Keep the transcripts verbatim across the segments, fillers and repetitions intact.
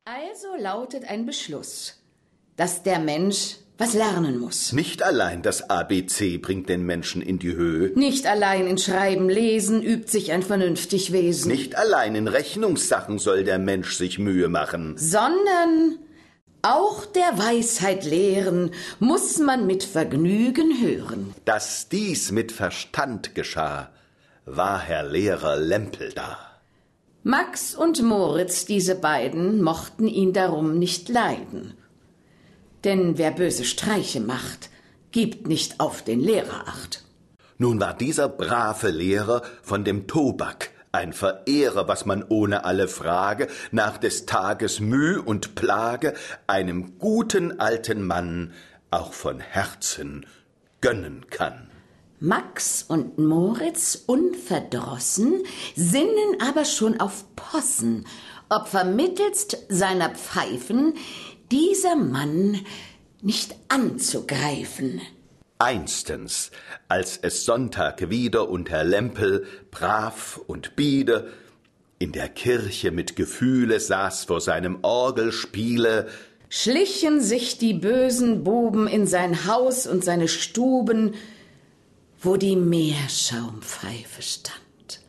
Also lautet ein Beschluss, dass der Mensch was lernen muss. Nicht allein das A B C bringt den Menschen in die Höhe. Nicht allein in Schreiben, Lesen übt sich ein vernünftig Wesen. Nicht allein in Rechnungssachen soll der Mensch sich Mühe machen. Sondern auch der Weisheit lehren muss man mit Vergnügen hören. Dass dies mit Verstand geschah, war Herr Lehrer Lempel da. Max und Moritz, diese beiden, mochten ihn darum nicht leiden. Denn wer böse Streiche macht, gibt nicht auf den Lehrer Acht. Nun war dieser brave Lehrer von dem Tobak ein Verehrer, was man ohne alle Frage nach des Tages Müh und Plage einem guten alten Mann auch von Herzen gönnen kann. Max und Moritz, unverdrossen, sinnen aber schon auf Possen, ob vermittelst seiner Pfeifen dieser Mann nicht anzugreifen. Einstens, als es Sonntag wieder und Herr Lempel, brav und biede, in der Kirche mit Gefühle saß vor seinem Orgelspiele, schlichen sich die bösen Buben in sein Haus und seine Stuben, wo die Meerschaumpfeife stand.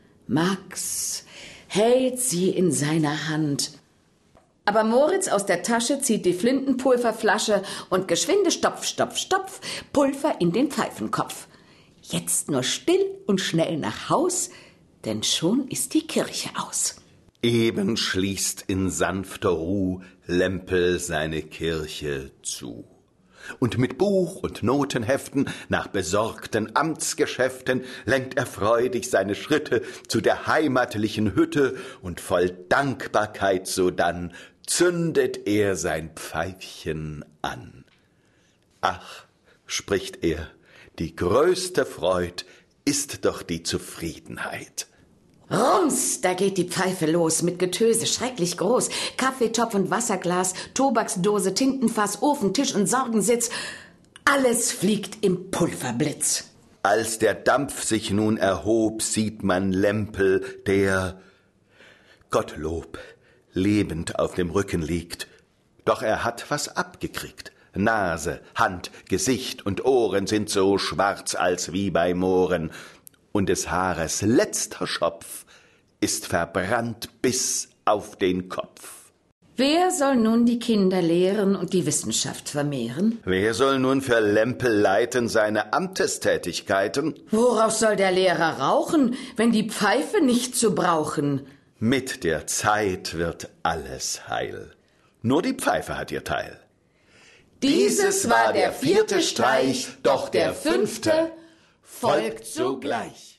Max hält sie in seiner Hand, aber Moritz aus der Tasche zieht die Flintenpulverflasche und geschwinde Stopf, Stopf, Stopf, Pulver in den Pfeifenkopf. Jetzt nur still und schnell nach Haus, denn schon ist die Kirche aus. Eben schließt in sanfter Ruh Lempel seine Kirche zu. Und mit Buch und Notenheften nach besorgten Amtsgeschäften lenkt er freudig seine Schritte zu der heimatlichen Hütte, und voll Dankbarkeit sodann zündet er sein Pfeifchen an. Ach, spricht er, die größte Freud ist doch die Zufriedenheit. Rums, da geht die Pfeife los, mit Getöse schrecklich groß. Kaffeetopf und Wasserglas, Tobaksdose, Tintenfass, Ofen, Tisch und Sorgensitz. Alles fliegt im Pulverblitz. Als der Dampf sich nun erhob, sieht man Lempel, der, Gottlob, lebend auf dem Rücken liegt. Doch er hat was abgekriegt. Nase, Hand, Gesicht und Ohren sind so schwarz als wie bei Mohren. Und des Haares letzter Schopf ist verbrannt bis auf den Kopf. Wer soll nun die Kinder lehren und die Wissenschaft vermehren? Wer soll nun für Lempel leiten seine Amtestätigkeiten? Woraus soll der Lehrer rauchen, wenn die Pfeife nicht zu brauchen? Mit der Zeit wird alles heil. Nur die Pfeife hat ihr Teil. Dieses war der vierte Streich, doch der fünfte folgt sogleich.